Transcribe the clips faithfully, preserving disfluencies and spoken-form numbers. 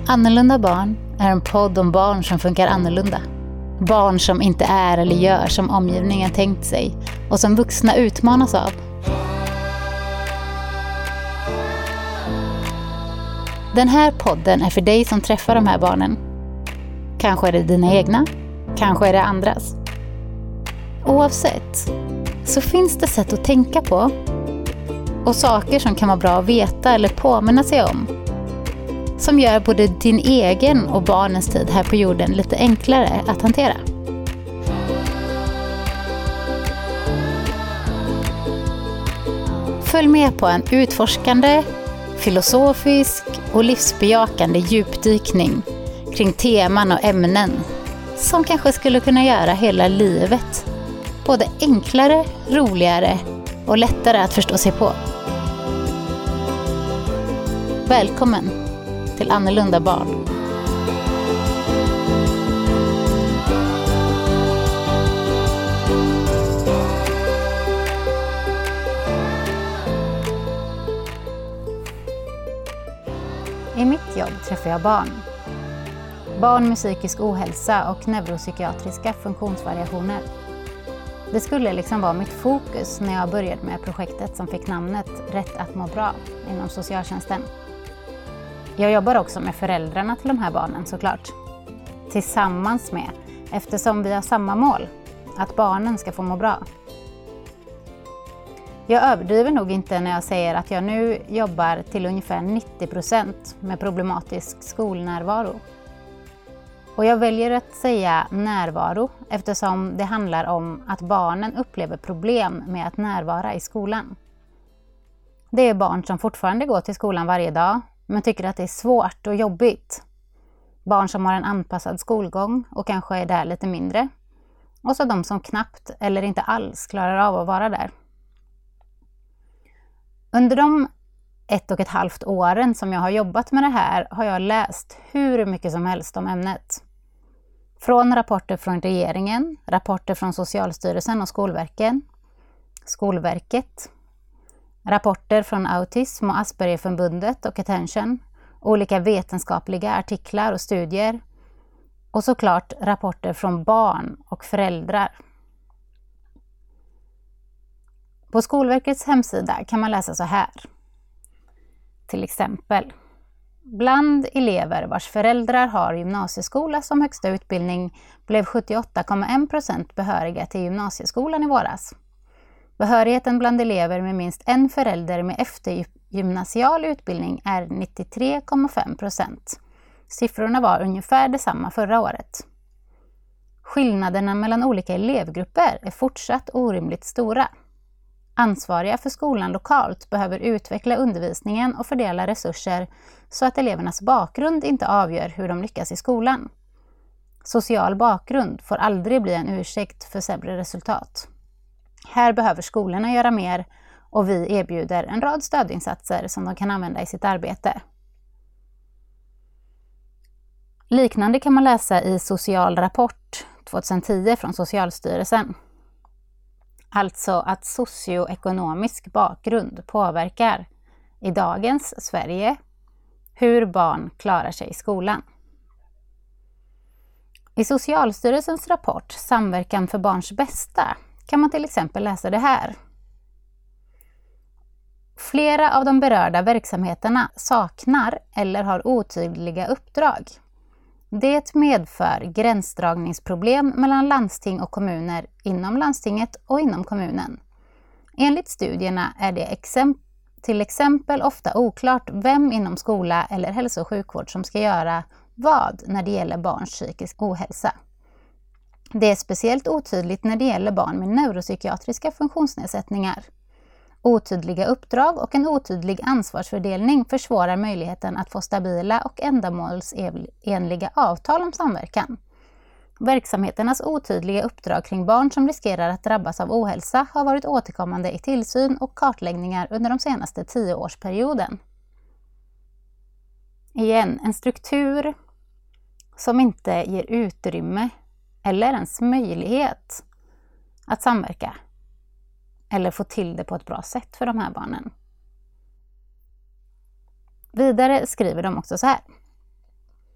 Annorlunda barn är en podd om barn som funkar annorlunda. Barn som inte är eller gör som omgivningen tänkt sig och som vuxna utmanas av. Den här podden är för dig som träffar de här barnen. Kanske är det dina egna, kanske är det andras. Oavsett så finns det sätt att tänka på och saker som kan vara bra att veta eller påminna sig om, som gör både din egen och barnens tid här på jorden lite enklare att hantera. Följ med på en utforskande, filosofisk och livsbejakande djupdykning kring teman och ämnen som kanske skulle kunna göra hela livet både enklare, roligare och lättare att förstå sig på. Välkommen till Annorlunda barn. I mitt jobb träffar jag barn. Barn med psykisk ohälsa och neuropsykiatriska funktionsvariationer. Det skulle liksom vara mitt fokus när jag började med projektet som fick namnet Rätt att må bra inom socialtjänsten. Jag jobbar också med föräldrarna till de här barnen såklart. Tillsammans med, eftersom vi har samma mål, att barnen ska få må bra. Jag överdriver nog inte när jag säger att jag nu jobbar till ungefär nittio procent med problematisk skolnärvaro. Och jag väljer att säga närvaro eftersom det handlar om att barnen upplever problem med att närvara i skolan. Det är barn som fortfarande går till skolan varje dag men tycker att det är svårt och jobbigt. Barn som har en anpassad skolgång och kanske är där lite mindre. Och så de som knappt eller inte alls klarar av att vara där. Under de ett och ett halvt åren som jag har jobbat med det här har jag läst hur mycket som helst om ämnet. Från rapporter från regeringen, rapporter från Socialstyrelsen och Skolverket, Skolverket, rapporter från Autism- och Aspergerförbundet och Attention, olika vetenskapliga artiklar och studier och såklart rapporter från barn och föräldrar. På Skolverkets hemsida kan man läsa så här. Till exempel, bland elever vars föräldrar har gymnasieskola som högsta utbildning blev sjuttioåtta komma en procent behöriga till gymnasieskolan i våras. Behörigheten bland elever med minst en förälder med eftergymnasial utbildning är nittiotre komma fem procent. Siffrorna var ungefär detsamma förra året. Skillnaderna mellan olika elevgrupper är fortsatt orimligt stora. Ansvariga för skolan lokalt behöver utveckla undervisningen och fördela resurser så att elevernas bakgrund inte avgör hur de lyckas i skolan. Social bakgrund får aldrig bli en ursäkt för sämre resultat. Här behöver skolorna göra mer och vi erbjuder en rad stödinsatser som de kan använda i sitt arbete. Liknande kan man läsa i Social rapport tjugohundratio från Socialstyrelsen. Alltså att socioekonomisk bakgrund påverkar i dagens Sverige hur barn klarar sig i skolan. I Socialstyrelsens rapport Samverkan för barns bästa kan man till exempel läsa det här. Flera av de berörda verksamheterna saknar eller har otydliga uppdrag. Det medför gränsdragningsproblem mellan landsting och kommuner inom landstinget och inom kommunen. Enligt studierna är det exemp- till exempel ofta oklart vem inom skola eller hälso- och sjukvård som ska göra vad när det gäller barns psykisk ohälsa. Det är speciellt otydligt när det gäller barn med neuropsykiatriska funktionsnedsättningar. Otydliga uppdrag och en otydlig ansvarsfördelning försvårar möjligheten att få stabila och ändamålsenliga avtal om samverkan. Verksamheternas otydliga uppdrag kring barn som riskerar att drabbas av ohälsa har varit återkommande i tillsyn och kartläggningar under de senaste tioårsperioden. Igen, en struktur som inte ger utrymme eller ens möjlighet att samverka eller få till det på ett bra sätt för de här barnen. Vidare skriver de också så här.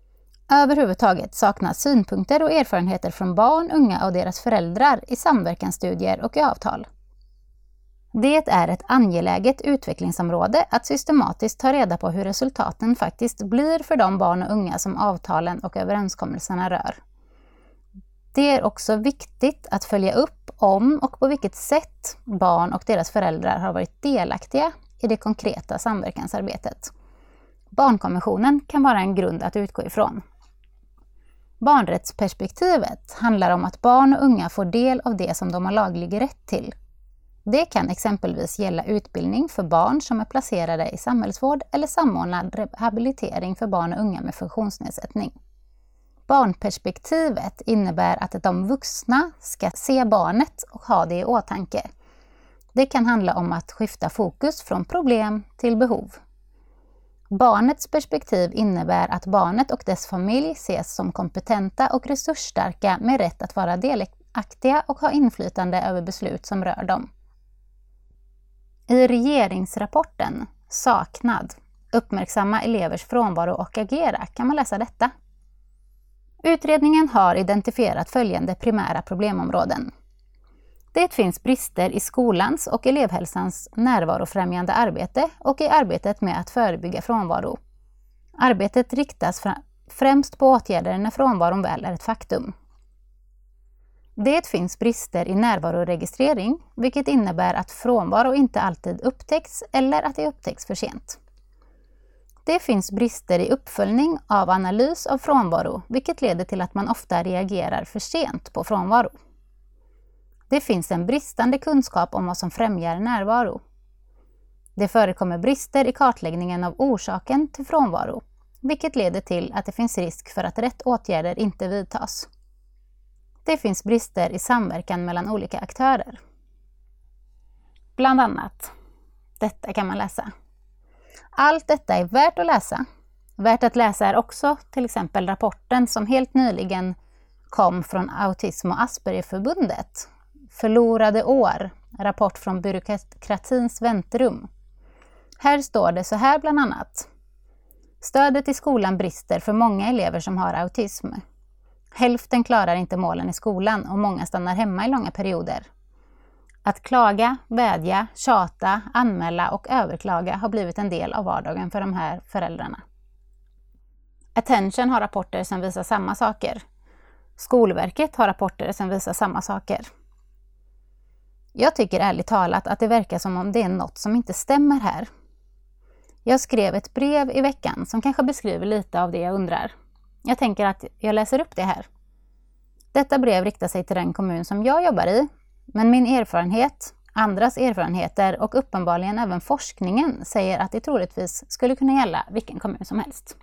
Överhuvudtaget saknas synpunkter och erfarenheter från barn, unga och deras föräldrar i samverkansstudier och i avtal. Det är ett angeläget utvecklingsområde att systematiskt ta reda på hur resultaten faktiskt blir för de barn och unga som avtalen och överenskommelserna rör. Det är också viktigt att följa upp om och på vilket sätt barn och deras föräldrar har varit delaktiga i det konkreta samverkansarbetet. Barnkonventionen kan vara en grund att utgå ifrån. Barnrättsperspektivet handlar om att barn och unga får del av det som de har laglig rätt till. Det kan exempelvis gälla utbildning för barn som är placerade i samhällsvård eller samordnad rehabilitering för barn och unga med funktionsnedsättning. Barnperspektivet innebär att de vuxna ska se barnet och ha det i åtanke. Det kan handla om att skifta fokus från problem till behov. Barnets perspektiv innebär att barnet och dess familj ses som kompetenta och resursstarka med rätt att vara delaktiga och ha inflytande över beslut som rör dem. I regeringsrapporten Saknad, uppmärksamma elevers frånvaro och agera kan man läsa detta. Utredningen har identifierat följande primära problemområden. Det finns brister i skolans och elevhälsans närvarofrämjande arbete och i arbetet med att förebygga frånvaro. Arbetet riktas främst på åtgärder när frånvaron väl är ett faktum. Det finns brister i närvaroregistrering, vilket innebär att frånvaro inte alltid upptäcks eller att det upptäcks för sent. Det finns brister i uppföljning av analys av frånvaro, vilket leder till att man ofta reagerar för sent på frånvaro. Det finns en bristande kunskap om vad som främjar närvaro. Det förekommer brister i kartläggningen av orsaken till frånvaro, vilket leder till att det finns risk för att rätt åtgärder inte vidtas. Det finns brister i samverkan mellan olika aktörer. Bland annat, detta kan man läsa. Allt detta är värt att läsa. Värt att läsa är också till exempel rapporten som helt nyligen kom från Autism- och Aspergerförbundet. Förlorade år, rapport från byråkratins väntrum. Här står det så här bland annat. Stödet i skolan brister för många elever som har autism. Hälften klarar inte målen i skolan och många stannar hemma i långa perioder. Att klaga, vädja, tjata, anmäla och överklaga har blivit en del av vardagen för de här föräldrarna. Attention har rapporter som visar samma saker. Skolverket har rapporter som visar samma saker. Jag tycker ärligt talat att det verkar som om det är något som inte stämmer här. Jag skrev ett brev i veckan som kanske beskriver lite av det jag undrar. Jag tänker att jag läser upp det här. Detta brev riktar sig till den kommun som jag jobbar i, men min erfarenhet, andras erfarenheter och uppenbarligen även forskningen säger att det troligtvis skulle kunna gälla vilken kommun som helst.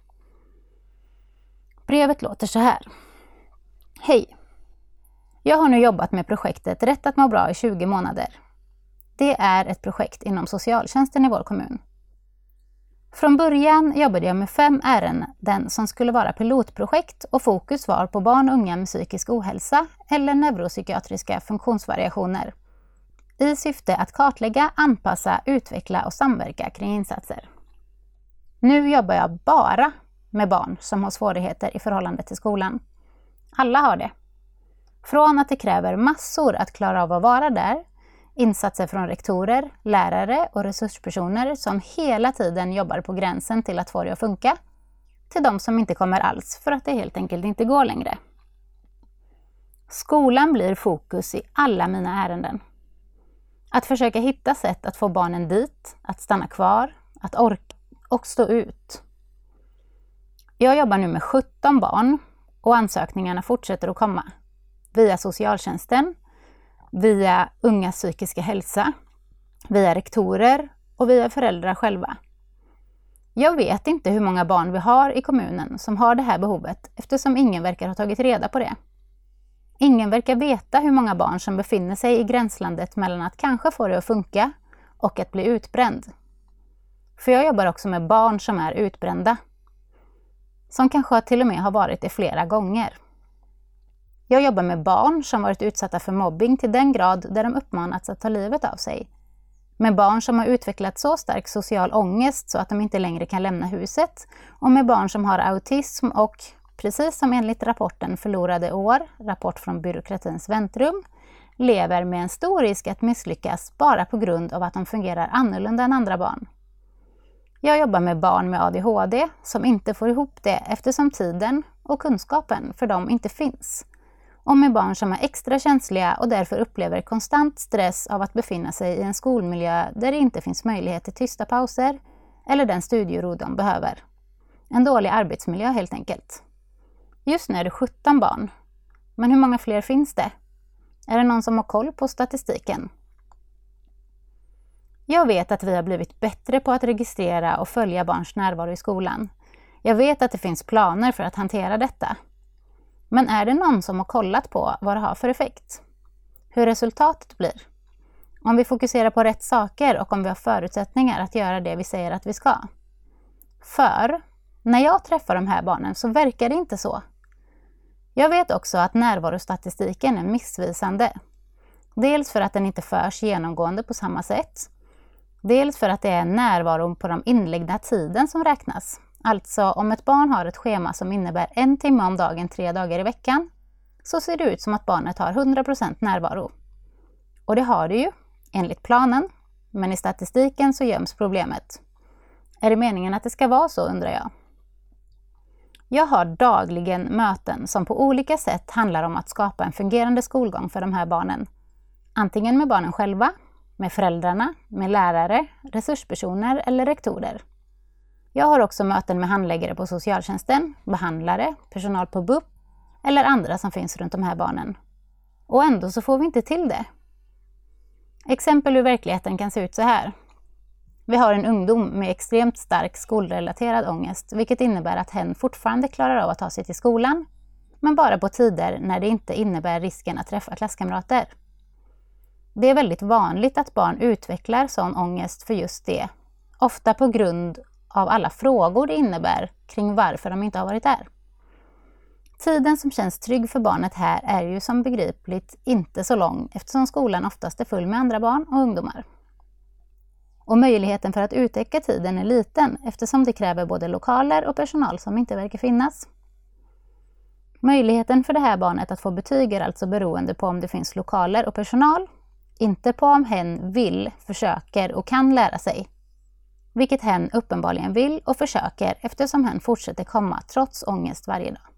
Brevet låter så här. Hej! Jag har nu jobbat med projektet Rätt att må bra i tjugo månader. Det är ett projekt inom socialtjänsten i vår kommun. Från början jobbade jag med fem ärenden som skulle vara pilotprojekt och fokus var på barn och unga med psykisk ohälsa eller neuropsykiatriska funktionsvariationer i syfte att kartlägga, anpassa, utveckla och samverka kring insatser. Nu jobbar jag bara med barn som har svårigheter i förhållande till skolan. Alla har det. Från att det kräver massor att klara av att vara där, insatser från rektorer, lärare och resurspersoner som hela tiden jobbar på gränsen till att få det att funka, till de som inte kommer alls för att det helt enkelt inte går längre. Skolan blir fokus i alla mina ärenden. Att försöka hitta sätt att få barnen dit, att stanna kvar, att orka och stå ut. Jag jobbar nu med sjutton barn och ansökningarna fortsätter att komma. Via socialtjänsten, via ungas psykiska hälsa, via rektorer och via föräldrar själva. Jag vet inte hur många barn vi har i kommunen som har det här behovet eftersom ingen verkar ha tagit reda på det. Ingen verkar veta hur många barn som befinner sig i gränslandet mellan att kanske få det att funka och att bli utbränd. För jag jobbar också med barn som är utbrända. Som kanske till och med har varit det flera gånger. Jag jobbar med barn som varit utsatta för mobbing till den grad där de uppmanats att ta livet av sig. Med barn som har utvecklat så stark social ångest så att de inte längre kan lämna huset. Och med barn som har autism och precis som enligt rapporten Förlorade år, rapport från byråkratins väntrum, lever med en stor risk att misslyckas bara på grund av att de fungerar annorlunda än andra barn. Jag jobbar med barn med A D H D som inte får ihop det eftersom tiden och kunskapen för dem inte finns. Och med barn som är extra känsliga och därför upplever konstant stress av att befinna sig i en skolmiljö där det inte finns möjlighet till tysta pauser eller den studiero de behöver. En dålig arbetsmiljö helt enkelt. Just nu är det sjutton barn. Men hur många fler finns det? Är det någon som har koll på statistiken? Jag vet att vi har blivit bättre på att registrera och följa barns närvaro i skolan. Jag vet att det finns planer för att hantera detta. Men är det någon som har kollat på vad det har för effekt? Hur resultatet blir? Om vi fokuserar på rätt saker och om vi har förutsättningar att göra det vi säger att vi ska. För när jag träffar de här barnen så verkar det inte så. Jag vet också att närvarostatistiken är missvisande. Dels för att den inte förs genomgående på samma sätt. Dels för att det är närvaron på de inläggna tiden som räknas. Alltså om ett barn har ett schema som innebär en timme om dagen tre dagar i veckan så ser det ut som att barnet har hundra procent närvaro. Och det har det ju, enligt planen, men i statistiken så göms problemet. Är det meningen att det ska vara så, undrar jag? Jag har dagligen möten som på olika sätt handlar om att skapa en fungerande skolgång för de här barnen. Antingen med barnen själva, med föräldrarna, med lärare, resurspersoner eller rektorer. Jag har också möten med handläggare på socialtjänsten, behandlare, personal på B U P eller andra som finns runt de här barnen. Och ändå så får vi inte till det. Exempel ur verkligheten kan se ut så här. Vi har en ungdom med extremt stark skolrelaterad ångest, vilket innebär att hen fortfarande klarar av att ta sig till skolan, men bara på tider när det inte innebär risken att träffa klasskamrater. Det är väldigt vanligt att barn utvecklar sån ångest för just det, ofta på grund av alla frågor det innebär kring varför de inte har varit där. Tiden som känns trygg för barnet här är ju som begripligt inte så lång eftersom skolan oftast är full med andra barn och ungdomar. Och möjligheten för att utöka tiden är liten eftersom det kräver både lokaler och personal som inte verkar finnas. Möjligheten för det här barnet att få betyg är alltså beroende på om det finns lokaler och personal, inte på om hen vill, försöker och kan lära sig. Vilket hen uppenbarligen vill och försöker eftersom hen fortsätter komma trots ångest varje dag.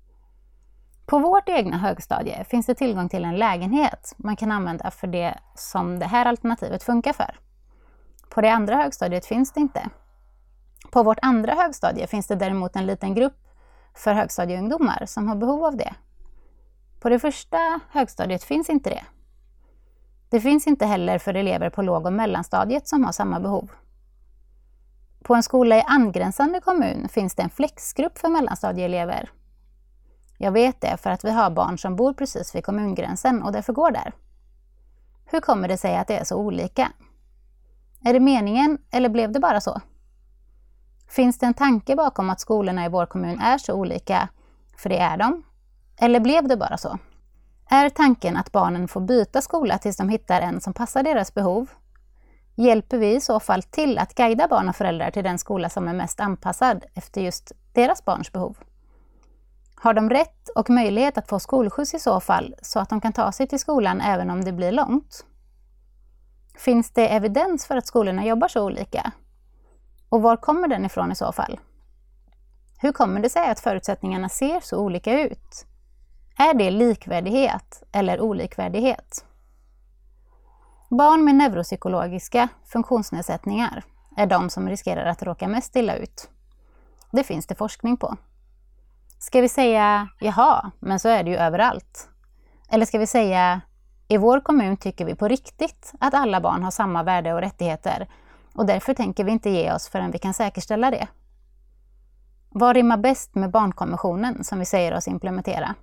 På vårt egna högstadie finns det tillgång till en lägenhet man kan använda för det som det här alternativet funkar för. På det andra högstadiet finns det inte. På vårt andra högstadie finns det däremot en liten grupp för högstadieungdomar som har behov av det. På det första högstadiet finns inte det. Det finns inte heller för elever på låg- och mellanstadiet som har samma behov. På en skola i angränsande kommun finns det en flexgrupp för mellanstadieelever. Jag vet det för att vi har barn som bor precis vid kommungränsen och därför går där. Hur kommer det sig att det är så olika? Är det meningen eller blev det bara så? Finns det en tanke bakom att skolorna i vår kommun är så olika, för det är de? Eller blev det bara så? Är tanken att barnen får byta skola tills de hittar en som passar deras behov? Hjälper vi i så fall till att guida barn och föräldrar till den skola som är mest anpassad efter just deras barns behov? Har de rätt och möjlighet att få skolskjuts i så fall så att de kan ta sig till skolan även om det blir långt? Finns det evidens för att skolorna jobbar så olika? Och var kommer den ifrån i så fall? Hur kommer det sig att förutsättningarna ser så olika ut? Är det likvärdighet eller olikvärdighet? Barn med neuropsykologiska funktionsnedsättningar är de som riskerar att råka mest illa ut. Det finns det forskning på. Ska vi säga, jaha, men så är det ju överallt? Eller ska vi säga, i vår kommun tycker vi på riktigt att alla barn har samma värde och rättigheter och därför tänker vi inte ge oss förrän vi kan säkerställa det? Vad rimmar bäst med barnkonventionen som vi säger oss implementera?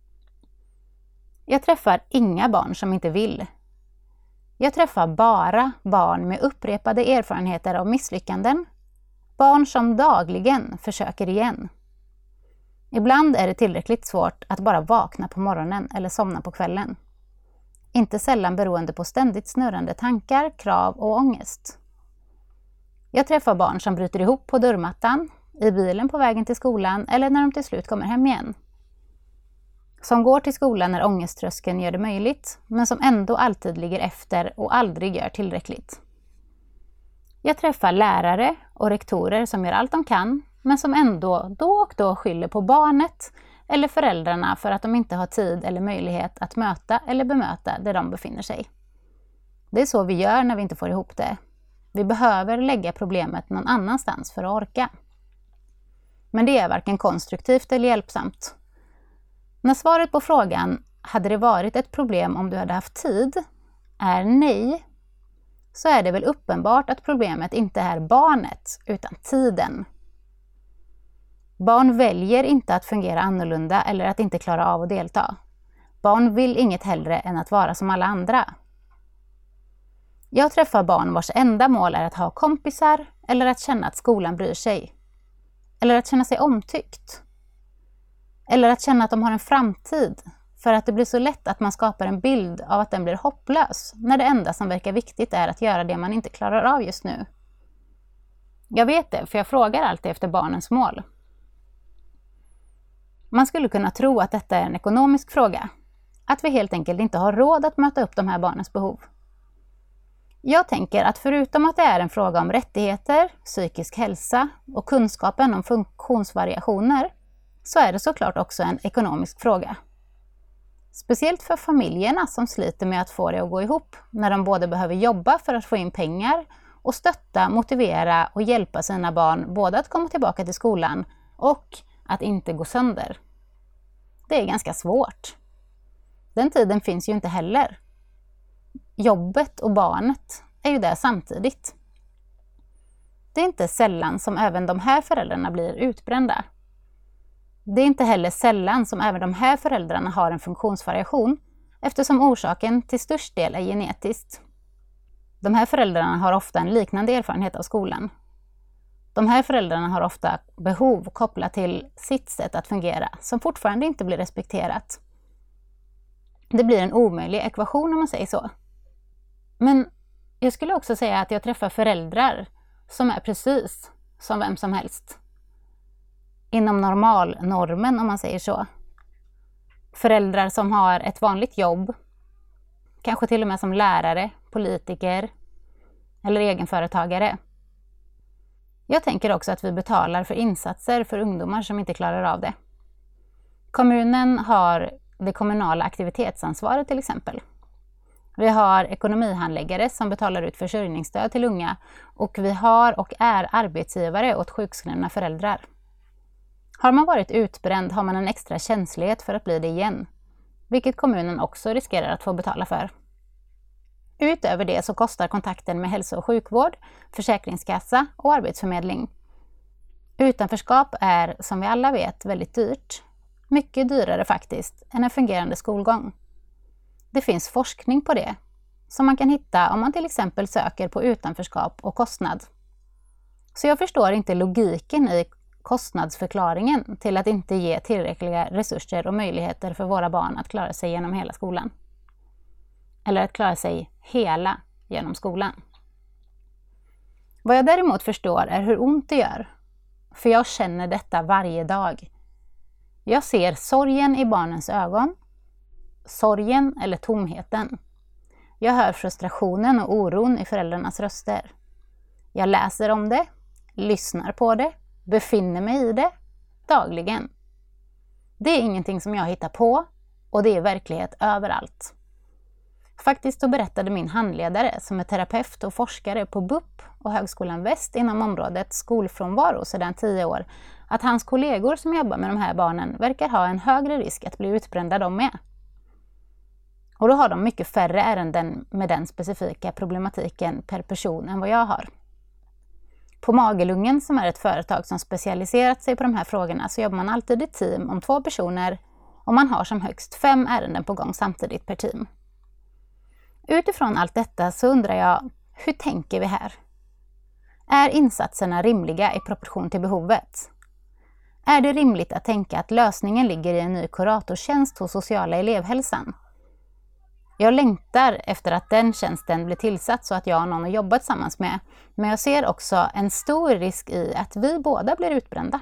Jag träffar inga barn som inte vill. Jag träffar bara barn med upprepade erfarenheter av misslyckanden. Barn som dagligen försöker igen. Ibland är det tillräckligt svårt att bara vakna på morgonen eller somna på kvällen. Inte sällan beroende på ständigt snurrande tankar, krav och ångest. Jag träffar barn som bryter ihop på dörrmattan, i bilen på vägen till skolan eller när de till slut kommer hem igen. Som går till skolan när ångeströskeln gör det möjligt, men som ändå alltid ligger efter och aldrig gör tillräckligt. Jag träffar lärare och rektorer som gör allt de kan, men som ändå då och då skyller på barnet eller föräldrarna för att de inte har tid eller möjlighet att möta eller bemöta där de befinner sig. Det är så vi gör när vi inte får ihop det. Vi behöver lägga problemet någon annanstans för att orka. Men det är varken konstruktivt eller hjälpsamt. När svaret på frågan "hade det varit ett problem om du hade haft tid?" är nej, så är det väl uppenbart att problemet inte är barnet utan tiden. Barn väljer inte att fungera annorlunda eller att inte klara av att delta. Barn vill inget hellre än att vara som alla andra. Jag träffar barn vars enda mål är att ha kompisar eller att känna att skolan bryr sig. Eller att känna sig omtyckt. Eller att känna att de har en framtid, för att det blir så lätt att man skapar en bild av att den blir hopplös när det enda som verkar viktigt är att göra det man inte klarar av just nu. Jag vet det, för jag frågar alltid efter barnens mål. Man skulle kunna tro att detta är en ekonomisk fråga. Att vi helt enkelt inte har råd att möta upp de här barnens behov. Jag tänker att förutom att det är en fråga om rättigheter, psykisk hälsa och kunskapen om funktionsvariationer, så är det såklart också en ekonomisk fråga. Speciellt för familjerna som sliter med att få det att gå ihop när de både behöver jobba för att få in pengar och stötta, motivera och hjälpa sina barn både att komma tillbaka till skolan och att inte gå sönder. Det är ganska svårt. Den tiden finns ju inte heller. Jobbet och barnet är ju där samtidigt. Det är inte sällan som även de här föräldrarna blir utbrända. Det är inte heller sällan som även de här föräldrarna har en funktionsvariation, eftersom orsaken till störst del är genetiskt. De här föräldrarna har ofta en liknande erfarenhet av skolan. De här föräldrarna har ofta behov kopplat till sitt sätt att fungera som fortfarande inte blir respekterat. Det blir en omöjlig ekvation om man säger så. Men jag skulle också säga att jag träffar föräldrar som är precis som vem som helst. Inom normalnormen om man säger så. Föräldrar som har ett vanligt jobb, kanske till och med som lärare, politiker eller egenföretagare. Jag tänker också att vi betalar för insatser för ungdomar som inte klarar av det. Kommunen har det kommunala aktivitetsansvaret till exempel. Vi har ekonomihandläggare som betalar ut försörjningsstöd till unga och vi har och är arbetsgivare åt sjukskrivna föräldrar. Har man varit utbränd har man en extra känslighet för att bli det igen, vilket kommunen också riskerar att få betala för. Utöver det så kostar kontakten med hälso- och sjukvård, försäkringskassa och arbetsförmedling. Utanförskap är, som vi alla vet, väldigt dyrt. Mycket dyrare faktiskt än en fungerande skolgång. Det finns forskning på det, som man kan hitta om man till exempel söker på utanförskap och kostnad. Så jag förstår inte logiken i kostnadsförklaringen till att inte ge tillräckliga resurser och möjligheter för våra barn att klara sig genom hela skolan. Eller att klara sig hela genom skolan. Vad jag däremot förstår är hur ont det gör. För jag känner detta varje dag. Jag ser sorgen i barnens ögon. Sorgen eller tomheten. Jag hör frustrationen och oron i föräldrarnas röster. Jag läser om det, lyssnar på det, befinner mig i det dagligen. Det är ingenting som jag hittar på och det är verklighet överallt. Faktiskt så berättade min handledare som är terapeut och forskare på B U P och Högskolan Väst inom området skolfrånvaro sedan tio år att hans kollegor som jobbar med de här barnen verkar ha en högre risk att bli utbrända de med. Och då har de mycket färre ärenden med den specifika problematiken per person än vad jag har. På Magelungen, som är ett företag som specialiserat sig på de här frågorna, så jobbar man alltid i team om två personer och man har som högst fem ärenden på gång samtidigt per team. Utifrån allt detta så undrar jag, hur tänker vi här? Är insatserna rimliga i proportion till behovet? Är det rimligt att tänka att lösningen ligger i en ny kuratortjänst hos sociala elevhälsan? Jag längtar efter att den tjänsten blir tillsatt så att jag har någon att jobba tillsammans med. Men jag ser också en stor risk i att vi båda blir utbrända.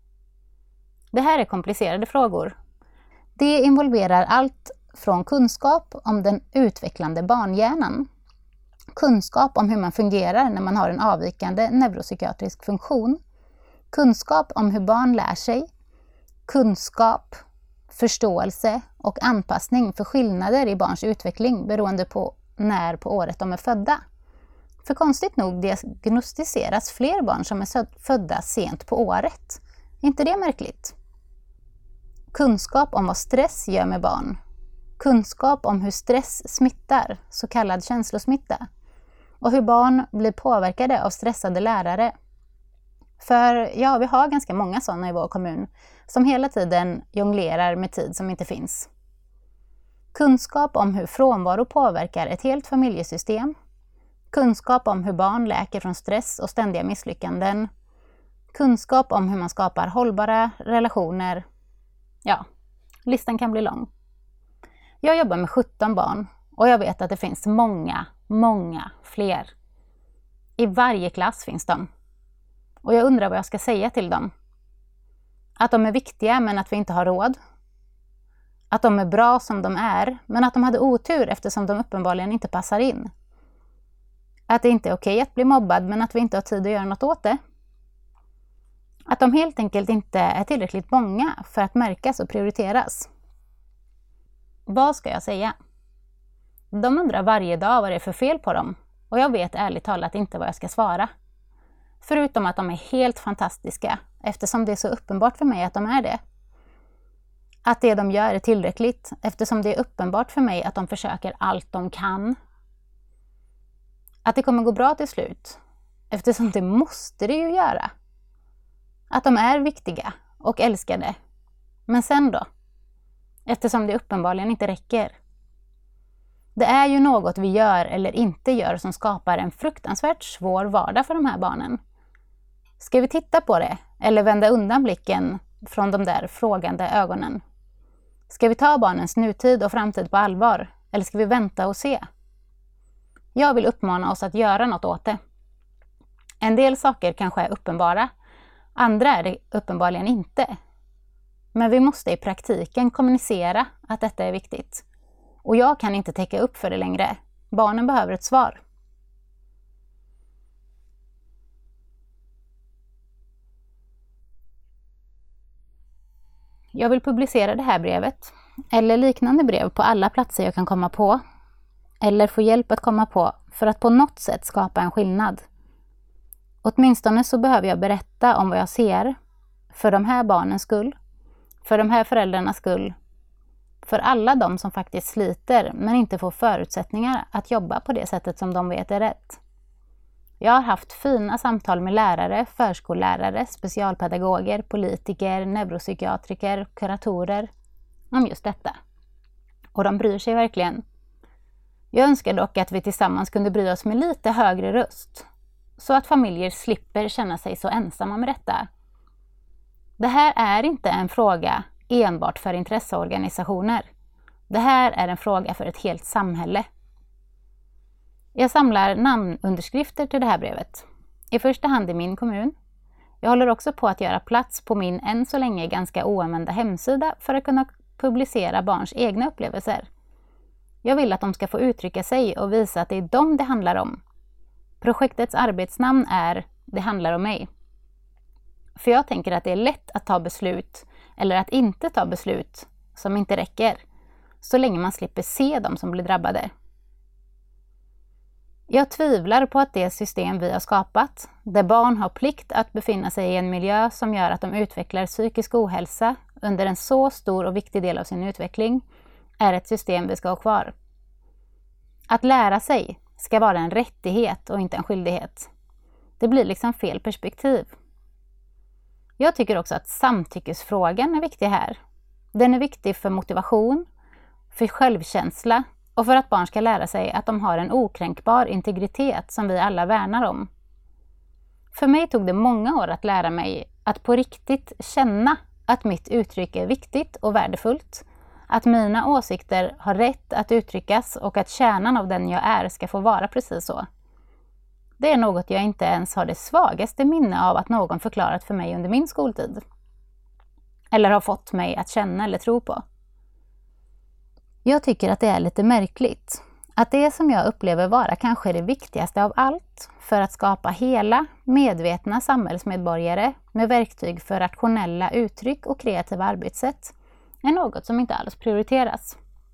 Det här är komplicerade frågor. Det involverar allt från kunskap om den utvecklande barnhjärnan, kunskap om hur man fungerar när man har en avvikande neuropsykiatrisk funktion, kunskap om hur barn lär sig, kunskap, förståelse och anpassning för skillnader i barns utveckling beroende på när på året de är födda. För konstigt nog diagnostiseras fler barn som är födda sent på året. Är inte det märkligt? Kunskap om vad stress gör med barn. Kunskap om hur stress smittar, så kallad känslosmitta. Och hur barn blir påverkade av stressade lärare. För ja, vi har ganska många sådana i vår kommun som hela tiden jonglerar med tid som inte finns. Kunskap om hur frånvaro påverkar ett helt familjesystem. Kunskap om hur barn läker från stress och ständiga misslyckanden. Kunskap om hur man skapar hållbara relationer. Ja, listan kan bli lång. Jag jobbar med sjutton barn och jag vet att det finns många, många fler. I varje klass finns de. Och jag undrar vad jag ska säga till dem. Att de är viktiga men att vi inte har råd. Att de är bra som de är men att de hade otur eftersom de uppenbarligen inte passar in. Att det inte är okej att bli mobbad men att vi inte har tid att göra något åt det. Att de helt enkelt inte är tillräckligt många för att märkas och prioriteras. Vad ska jag säga? De undrar varje dag vad det är för fel på dem och jag vet ärligt talat inte vad jag ska svara. Förutom att de är helt fantastiska eftersom det är så uppenbart för mig att de är det. Att det de gör är tillräckligt eftersom det är uppenbart för mig att de försöker allt de kan. Att det kommer gå bra till slut eftersom det måste det ju göra. Att de är viktiga och älskade. Men sen då? Eftersom det uppenbarligen inte räcker. Det är ju något vi gör eller inte gör som skapar en fruktansvärt svår vardag för de här barnen. Ska vi titta på det eller vända undan blicken från de där frågande ögonen? Ska vi ta barnens nutid och framtid på allvar eller ska vi vänta och se? Jag vill uppmana oss att göra något åt det. En del saker kanske är uppenbara, andra är det uppenbarligen inte. Men vi måste i praktiken kommunicera att detta är viktigt. Och jag kan inte täcka upp för det längre. Barnen behöver ett svar. Jag vill publicera det här brevet eller liknande brev på alla platser jag kan komma på eller få hjälp att komma på för att på något sätt skapa en skillnad. Åtminstone så behöver jag berätta om vad jag ser för de här barnens skull, för de här föräldrarnas skull, för alla de som faktiskt sliter men inte får förutsättningar att jobba på det sättet som de vet är rätt. Jag har haft fina samtal med lärare, förskollärare, specialpedagoger, politiker, neuropsykiatriker, kuratorer om just detta. Och de bryr sig verkligen. Jag önskar dock att vi tillsammans kunde bry oss med lite högre röst. Så att familjer slipper känna sig så ensamma med detta. Det här är inte en fråga enbart för intresseorganisationer. Det här är en fråga för ett helt samhälle. Jag samlar namnunderskrifter till det här brevet. I första hand i min kommun. Jag håller också på att göra plats på min än så länge ganska oanvända hemsida för att kunna publicera barns egna upplevelser. Jag vill att de ska få uttrycka sig och visa att det är dem det handlar om. Projektets arbetsnamn är Det handlar om mig. För jag tänker att det är lätt att ta beslut eller att inte ta beslut som inte räcker. Så länge man slipper se dem som blir drabbade. Jag tvivlar på att det system vi har skapat, där barn har plikt att befinna sig i en miljö som gör att de utvecklar psykisk ohälsa under en så stor och viktig del av sin utveckling, är ett system vi ska ha kvar. Att lära sig ska vara en rättighet och inte en skyldighet. Det blir liksom fel perspektiv. Jag tycker också att samtyckesfrågan är viktig här. Den är viktig för motivation, för självkänsla och för att barn ska lära sig att de har en okränkbar integritet som vi alla värnar om. För mig tog det många år att lära mig att på riktigt känna att mitt uttryck är viktigt och värdefullt. Att mina åsikter har rätt att uttryckas och att kärnan av den jag är ska få vara precis så. Det är något jag inte ens har det svagaste minne av att någon förklarat för mig under min skoltid. Eller har fått mig att känna eller tro på. Jag tycker att det är lite märkligt. Att det som jag upplever vara kanske det viktigaste av allt för att skapa hela, medvetna samhällsmedborgare med verktyg för rationella uttryck och kreativa arbetssätt är något som inte alls prioriteras.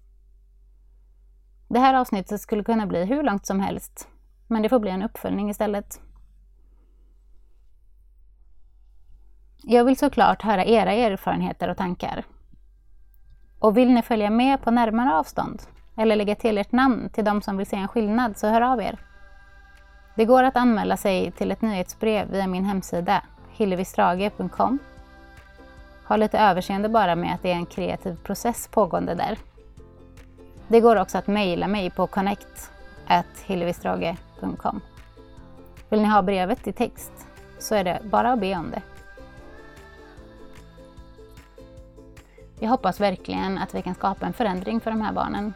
Det här avsnittet skulle kunna bli hur långt som helst, men det får bli en uppföljning istället. Jag vill såklart höra era erfarenheter och tankar. Och vill ni följa med på närmare avstånd eller lägga till ert namn till de som vill se en skillnad, så hör av er. Det går att anmäla sig till ett nyhetsbrev via min hemsida hillevistrage punkt com. Ha lite överseende bara med att det är en kreativ process pågående där. Det går också att mejla mig på connect at hillevistrage punkt com. Vill ni ha brevet i text så är det bara att be om det. Jag hoppas verkligen att vi kan skapa en förändring för de här barnen.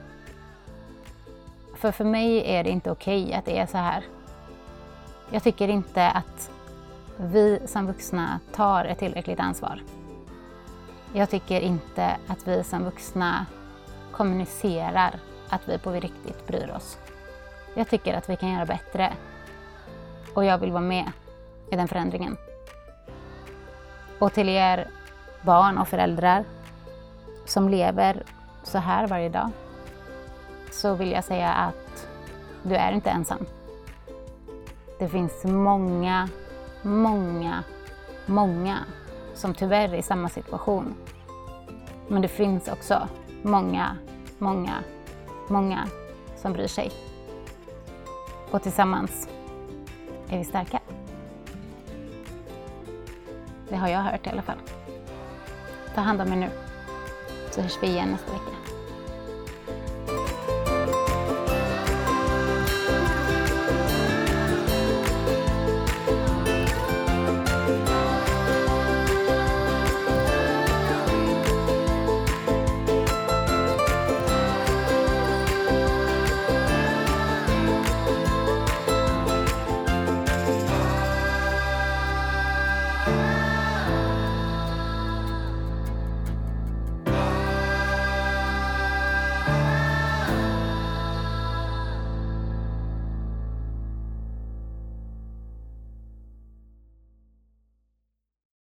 För för mig är det inte okej att det är så här. Jag tycker inte att vi som vuxna tar ett tillräckligt ansvar. Jag tycker inte att vi som vuxna kommunicerar att vi på riktigt bryr oss. Jag tycker att vi kan göra bättre. Och jag vill vara med i den förändringen. Och till er barn och föräldrar som lever så här varje dag, så vill jag säga att du är inte ensam. Det finns många, många, många som tyvärr är i samma situation. Men det finns också många, många, många som bryr sig. Och tillsammans är vi starka. Det har jag hört i alla fall. Ta hand om er nu, så hörs vi igen nästa vecka.